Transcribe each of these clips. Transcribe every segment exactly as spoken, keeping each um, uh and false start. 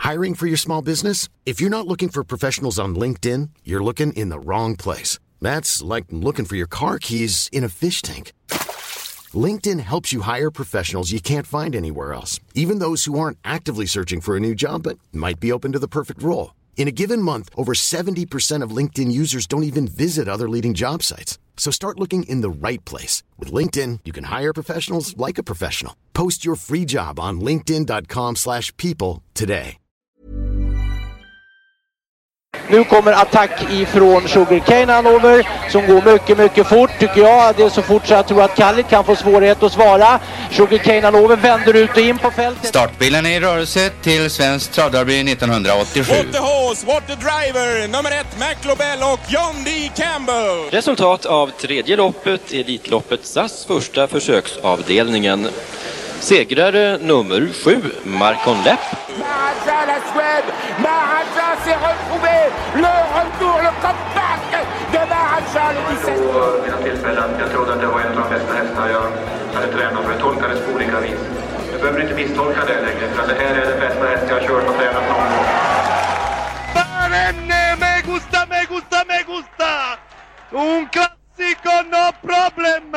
Hiring for your small business? If you're not looking for professionals on LinkedIn, you're looking in the wrong place. That's like looking for your car keys in a fish tank. LinkedIn helps you hire professionals you can't find anywhere else, even those who aren't actively searching for a new job but might be open to the perfect role. In a given month, over seventy percent of LinkedIn users don't even visit other leading job sites. So start looking in the right place. With LinkedIn, you can hire professionals like a professional. Post your free job on linkedin dot com slash people today. Nu kommer attack ifrån Sugarcane Hanover som går mycket, mycket fort tycker jag. Det är så fort så jag tror att Kallit kan få svårighet att svara. Sugarcane Hanover vänder ut och in på fältet. Startbilen är i rörelse till Svensk Travderby nittonhundraåttiosju. What the horse, what the driver, nummer ett McLobel och John D. Campbell. Resultat av tredje loppet, Elitloppet S A S första försöksavdelningen. Segrare nummer sju, Marcon Lepp. Maharaja, la Suède, Maharaja s'est retrouvé, le retour, le comeback de Maharaja, le dix-sept. På mina tillfällen, jag trodde att det var en av de bästa hästar jag hade tränat, för det tolkades på olika vis. Du behöver inte misstolka det längre, för det här är det bästa häst jag har kört och tränat någon gång. Barenne, me gusta, me gusta, me gusta! Un classico, no problem!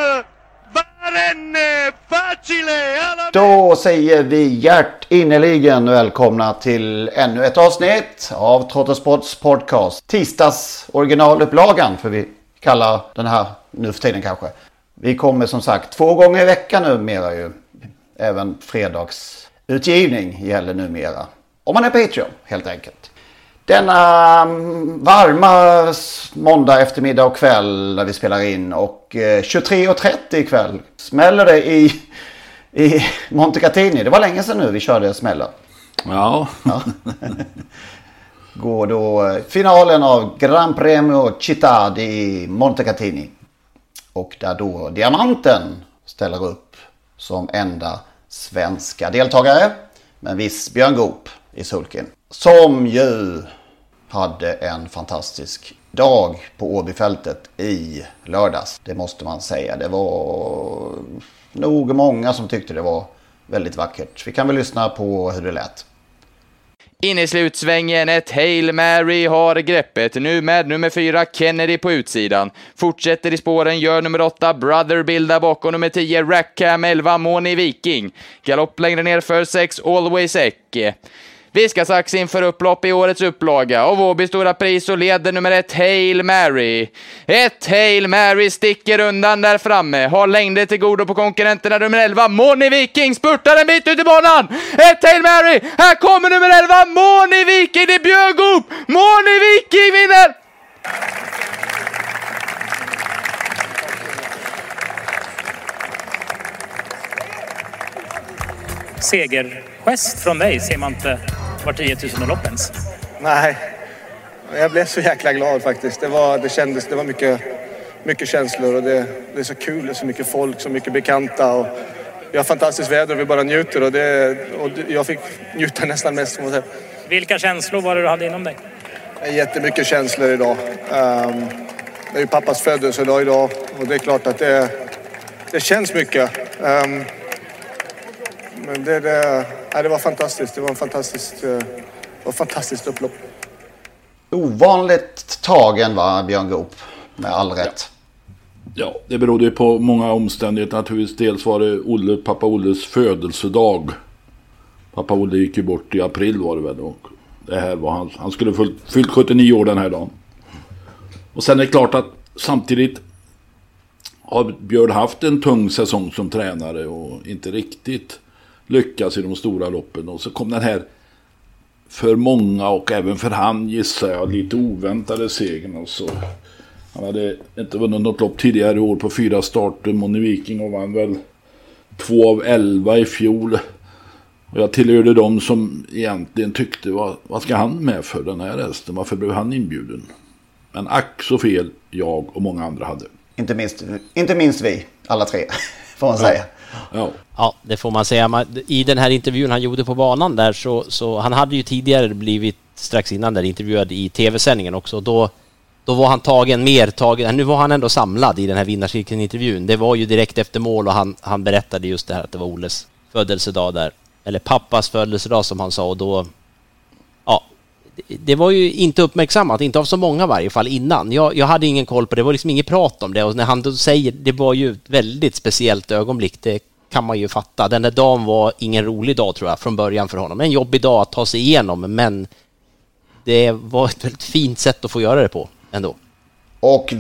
Barenne, facile! Då säger vi hjärtinnerligen välkomna till ännu ett avsnitt av Trottosports podcast. Tisdags originalupplagan, för vi kallar den här nu för tiden kanske. Vi kommer som sagt två gånger i veckan numera ju. Även fredagsutgivning gäller numera. Om man är Patreon helt enkelt. Denna varma måndag eftermiddag och kväll när vi spelar in och tjugotre och trettio ikväll smäller det i, i Montecatini. Det var länge sedan nu vi körde smällen. Ja. ja. Går då finalen av Gran Premio Città di Montecatini. Och där då Diamanten ställer upp som enda svenska deltagare. Med viss Björn Goop i sulken. Som ju hade en fantastisk dag på Åbyfältet i lördags. Det måste man säga. Det var nog många som tyckte det var väldigt vackert. Vi kan väl lyssna på hur det lät. In i slutsvängen, ett Hail Mary har greppet. Nu med nummer fyra Kennedy på utsidan. Fortsätter i spåren, gör nummer åtta Brother Bilda bakom nummer tio Rackham, elva Moni Viking. Galopp längre ner för sex Always Ecke. Viskasax inför upplopp i årets upplaga. Och Våby stora pris och leder nummer ett Hail Mary. Ett Hail Mary sticker undan där framme. Har längder till godo på konkurrenterna. Nummer elva Moni Viking spurtar en bit ut i banan. Ett Hail Mary. Här kommer nummer elva Moni Viking. Det är Björn Goop. Moni Viking vinner. Segergest från dig ser man inte var tiotusen loppens. Nej, jag blev så jäkla glad faktiskt. Det var, det kändes, det var mycket, mycket känslor och det, det är så kul. Det är så mycket folk, så mycket bekanta och vi har fantastiskt väder och vi bara njuter och, det, och jag fick njuta nästan mest. Vilka känslor var det du hade inom dig? Jättemycket känslor idag. Um, det är ju pappas födelsedag idag och det är klart att det, det känns mycket. Um, Men det, det, ja, det var fantastiskt. Det var en fantastiskt, det var fantastiskt upplopp. Ovanligt tagen var Björn Goop, med all rätt. Ja. ja, det berodde ju på många omständigheter. Naturligtvis dels var det Olle, pappa Olles födelsedag. Pappa Olle gick ju bort i april var det väl. Och det här var han, han skulle fyllt, fyllt sjuttionio år den här dagen. Och sen är det klart att samtidigt har Björn haft en tung säsong som tränare och inte riktigt lyckas i de stora loppen. Och så kom den här för många och även för han gissar jag lite oväntade segern. Alltså, han hade inte vunnit något lopp tidigare i år på fyra starter. Moni Viking och vann väl två av elva i fjol. Och jag tillhörde dem som egentligen tyckte vad, vad ska han med för den här hästen? Varför blev han inbjuden? Men ack så fel jag och många andra hade. Inte minst, inte minst vi, alla tre, får man säga. Ja. Ja, det får man säga. I den här intervjun han gjorde på banan där så, så han hade ju tidigare blivit strax innan där intervjuad i tv-sändningen också. Då, då var han tagen mer tagen. Nu var han ändå samlad i den här vinnarcirkeln-intervjun. Det var ju direkt efter mål och han, han berättade just det här att det var Olles födelsedag där. Eller pappas födelsedag som han sa och då, det var ju inte uppmärksammat, inte av så många i varje fall innan. Jag, jag hade ingen koll på det, det var liksom inget prat om det. Och när han då säger, det var ju ett väldigt speciellt ögonblick, det kan man ju fatta. Den där dagen var ingen rolig dag tror jag från början för honom. En jobbig dag att ta sig igenom, men det var ett väldigt fint sätt att få göra det på ändå. Och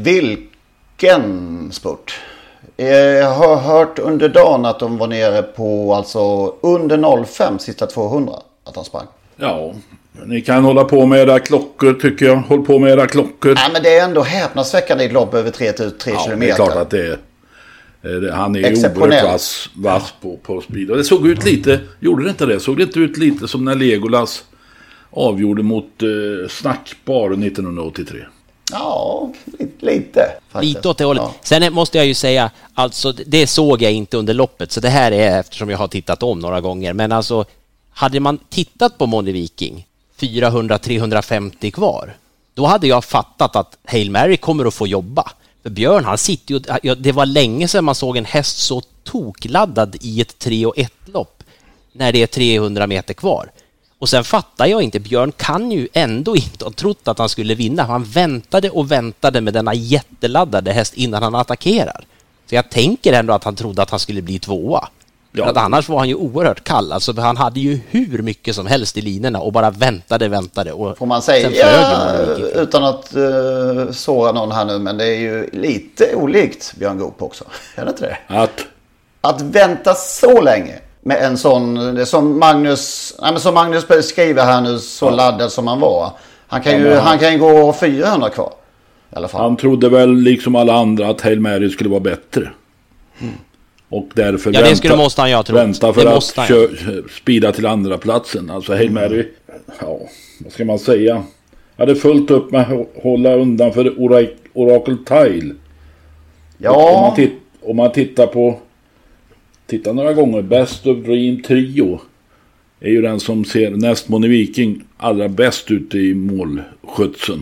vilken spurt! Jag har hört under dagen att de var nere på alltså under noll fem sista tvåhundra att han sprang. Ja, ni kan hålla på med era klockor tycker jag. Håll på med era klockor. Nej, men det är ändå häpnadsväckande i ett lopp över tre ja, kilometer. Det är klart att det är. Han är ju oerhört vass, vass på, på speed. Och det såg ut lite, gjorde det inte det? Såg det inte ut lite som när Legolas avgjorde mot eh, Snackbar nittonhundraåttiotre? Ja, lite. Faktiskt. Lite åt det hållet. Ja. Sen måste jag ju säga, alltså det såg jag inte under loppet, så det här är eftersom jag har tittat om några gånger. Men alltså, hade man tittat på Money Viking fyrahundra till trehundrafemtio kvar, då hade jag fattat att Hail Mary kommer att få jobba. För Björn, han sitter ju, ja, det var länge sedan man såg en häst så tokladdad i ett tre och ett lopp när det är trehundra meter kvar. Och sen fattar jag inte, Björn kan ju ändå inte ha trott att han skulle vinna. Han väntade och väntade med denna jätteladdade häst innan han attackerar. Så jag tänker ändå att han trodde att han skulle bli tvåa. Ja. För att annars var han ju oerhört kall. Alltså han hade ju hur mycket som helst i linorna och bara väntade, väntade. Och får man säga, ja, utan att uh, såra någon här nu, men det är ju lite olikt Björn Goop också. Är det inte det? Att? Att vänta så länge med en sån, det som Magnus, nej men som Magnus beskriver här nu, så ja. laddad som han var. Han kan ju, ja, han kan ju gå fyrahundra kvar. I alla fall. Han trodde väl liksom alla andra att Hail Mary skulle vara bättre. Mm. Och därför ja, det skulle vänta, måste han jag tro. Vänta för det att kö, spida till andra platsen. Alltså Hail Mary, mm. ja, vad ska man säga? Jag hade fullt upp med att hålla undan för Orac- Oracle Tile. Ja. Om man, titt, om man tittar på titta några gånger, Best of Dream Trio är ju den som ser näst Money Viking allra bäst ut i målskötseln.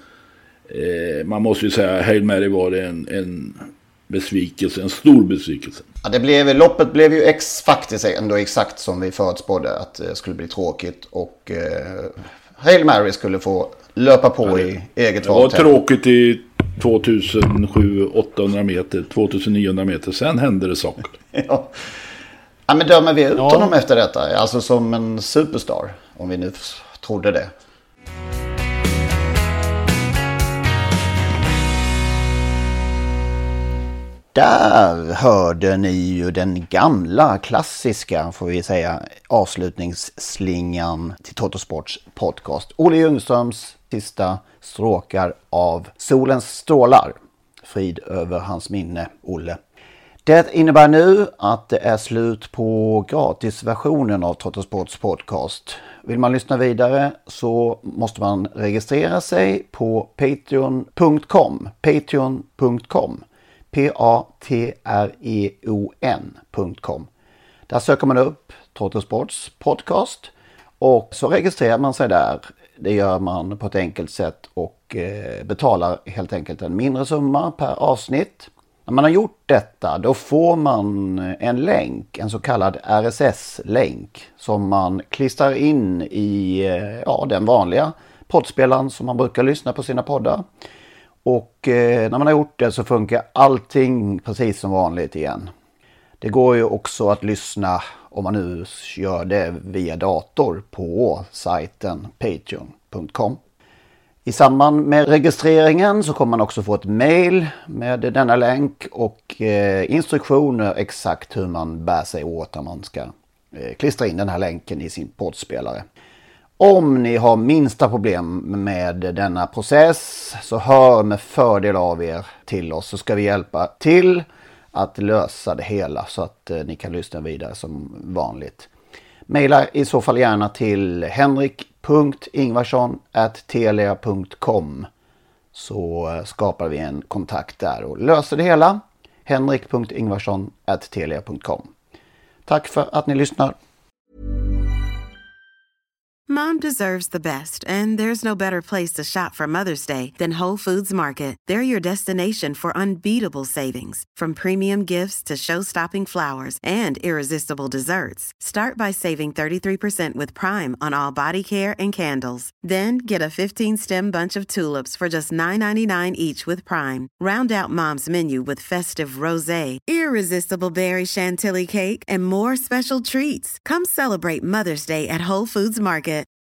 Eh, man måste ju säga Hail Mary var en, en besvikelse, en stor besvikelse. Ja, det blev, loppet blev ju ex, faktiskt ändå exakt som vi förutspådde att det skulle bli tråkigt och eh, Hail Mary skulle få löpa på ja, det, i eget val. Det var tråkigt i tvåtusensjuhundra åttahundra meter, tvåtusenniohundra meter, sen hände det saker. Ja. Ja, men dömer vi ut ja. honom efter detta? Alltså som en superstar, om vi nu trodde det. Där hörde ni ju den gamla klassiska, får vi säga, avslutningsslingan till Totosports podcast. Olle Ljungströms sista stråkar av Solens strålar. Frid över hans minne, Olle. Det innebär nu att det är slut på gratisversionen av Totosports podcast. Vill man lyssna vidare så måste man registrera sig på patreon punkt com. patreon punkt com. P-A-T-R-E-O-N punkt com. Där söker man upp Totosports podcast och så registrerar man sig där. Det gör man på ett enkelt sätt och eh, betalar helt enkelt en mindre summa per avsnitt. När man har gjort detta då får man en länk, en så kallad R S S-länk som man klistrar in i eh, ja, den vanliga poddspelaren som man brukar lyssna på sina poddar. Och eh, när man har gjort det så funkar allting precis som vanligt igen. Det går ju också att lyssna om man nu gör det via dator på sajten patreon punkt com. I samband med registreringen så kommer man också få ett mail med denna länk och eh, instruktioner exakt hur man bär sig åt när man ska eh, klistra in den här länken i sin poddspelare. Om ni har minsta problem med denna process så hör med fördel av er till oss, så ska vi hjälpa till att lösa det hela så att eh, ni kan lyssna vidare som vanligt. Maila i så fall gärna till henrik punkt ingvarsson at telia punkt com så eh, skapar vi en kontakt där och löser det hela. henrik punkt ingvarsson at telia punkt com. Tack för att ni lyssnar. Mom deserves the best, and there's no better place to shop for Mother's Day than Whole Foods Market. They're your destination for unbeatable savings, from premium gifts to show-stopping flowers and irresistible desserts. Start by saving thirty-three percent with Prime on all body care and candles. Then get a fifteen-stem bunch of tulips for just nine ninety-nine each with Prime. Round out Mom's menu with festive rosé, irresistible berry chantilly cake, and more special treats. Come celebrate Mother's Day at Whole Foods Market.